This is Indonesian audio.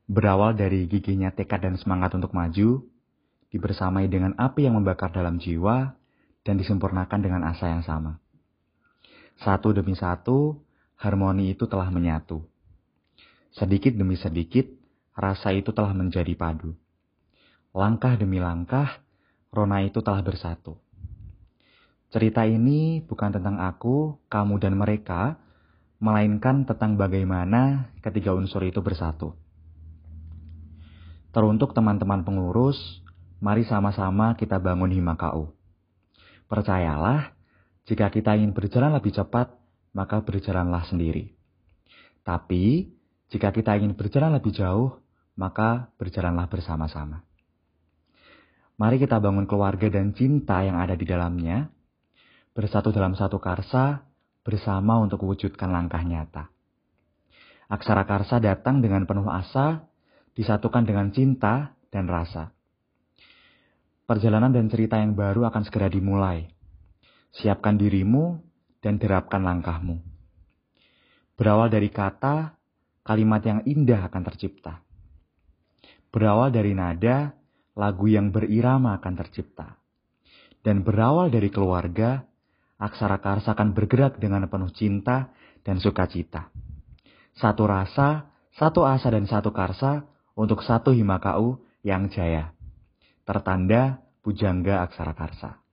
Berawal dari gigihnya tekad dan semangat untuk maju, dibersamai dengan api yang membakar dalam jiwa, dan disempurnakan dengan asa yang sama. Satu demi satu, harmoni itu telah menyatu. Sedikit demi sedikit, rasa itu telah menjadi padu. Langkah demi langkah, rona itu telah bersatu. Cerita ini bukan tentang aku, kamu, dan mereka, melainkan tentang bagaimana ketiga unsur itu bersatu. Teruntuk teman-teman pengurus, mari sama-sama kita bangun Himakau. Percayalah, jika kita ingin berjalan lebih cepat, maka berjalanlah sendiri. Tapi, jika kita ingin berjalan lebih jauh, maka berjalanlah bersama-sama. Mari kita bangun keluarga dan cinta yang ada di dalamnya, bersatu dalam satu karsa, bersama untuk mewujudkan langkah nyata. Aksara karsa datang dengan penuh asa, disatukan dengan cinta dan rasa. Perjalanan dan cerita yang baru akan segera dimulai. Siapkan dirimu dan derapkan langkahmu. Berawal dari kata, kalimat yang indah akan tercipta. Berawal dari nada, lagu yang berirama akan tercipta. Dan berawal dari keluarga, aksara karsa akan bergerak dengan penuh cinta dan sukacita. Satu rasa, satu asa dan satu karsa untuk satu Himakau yang jaya. Tertanda Pujangga Aksara Karsa.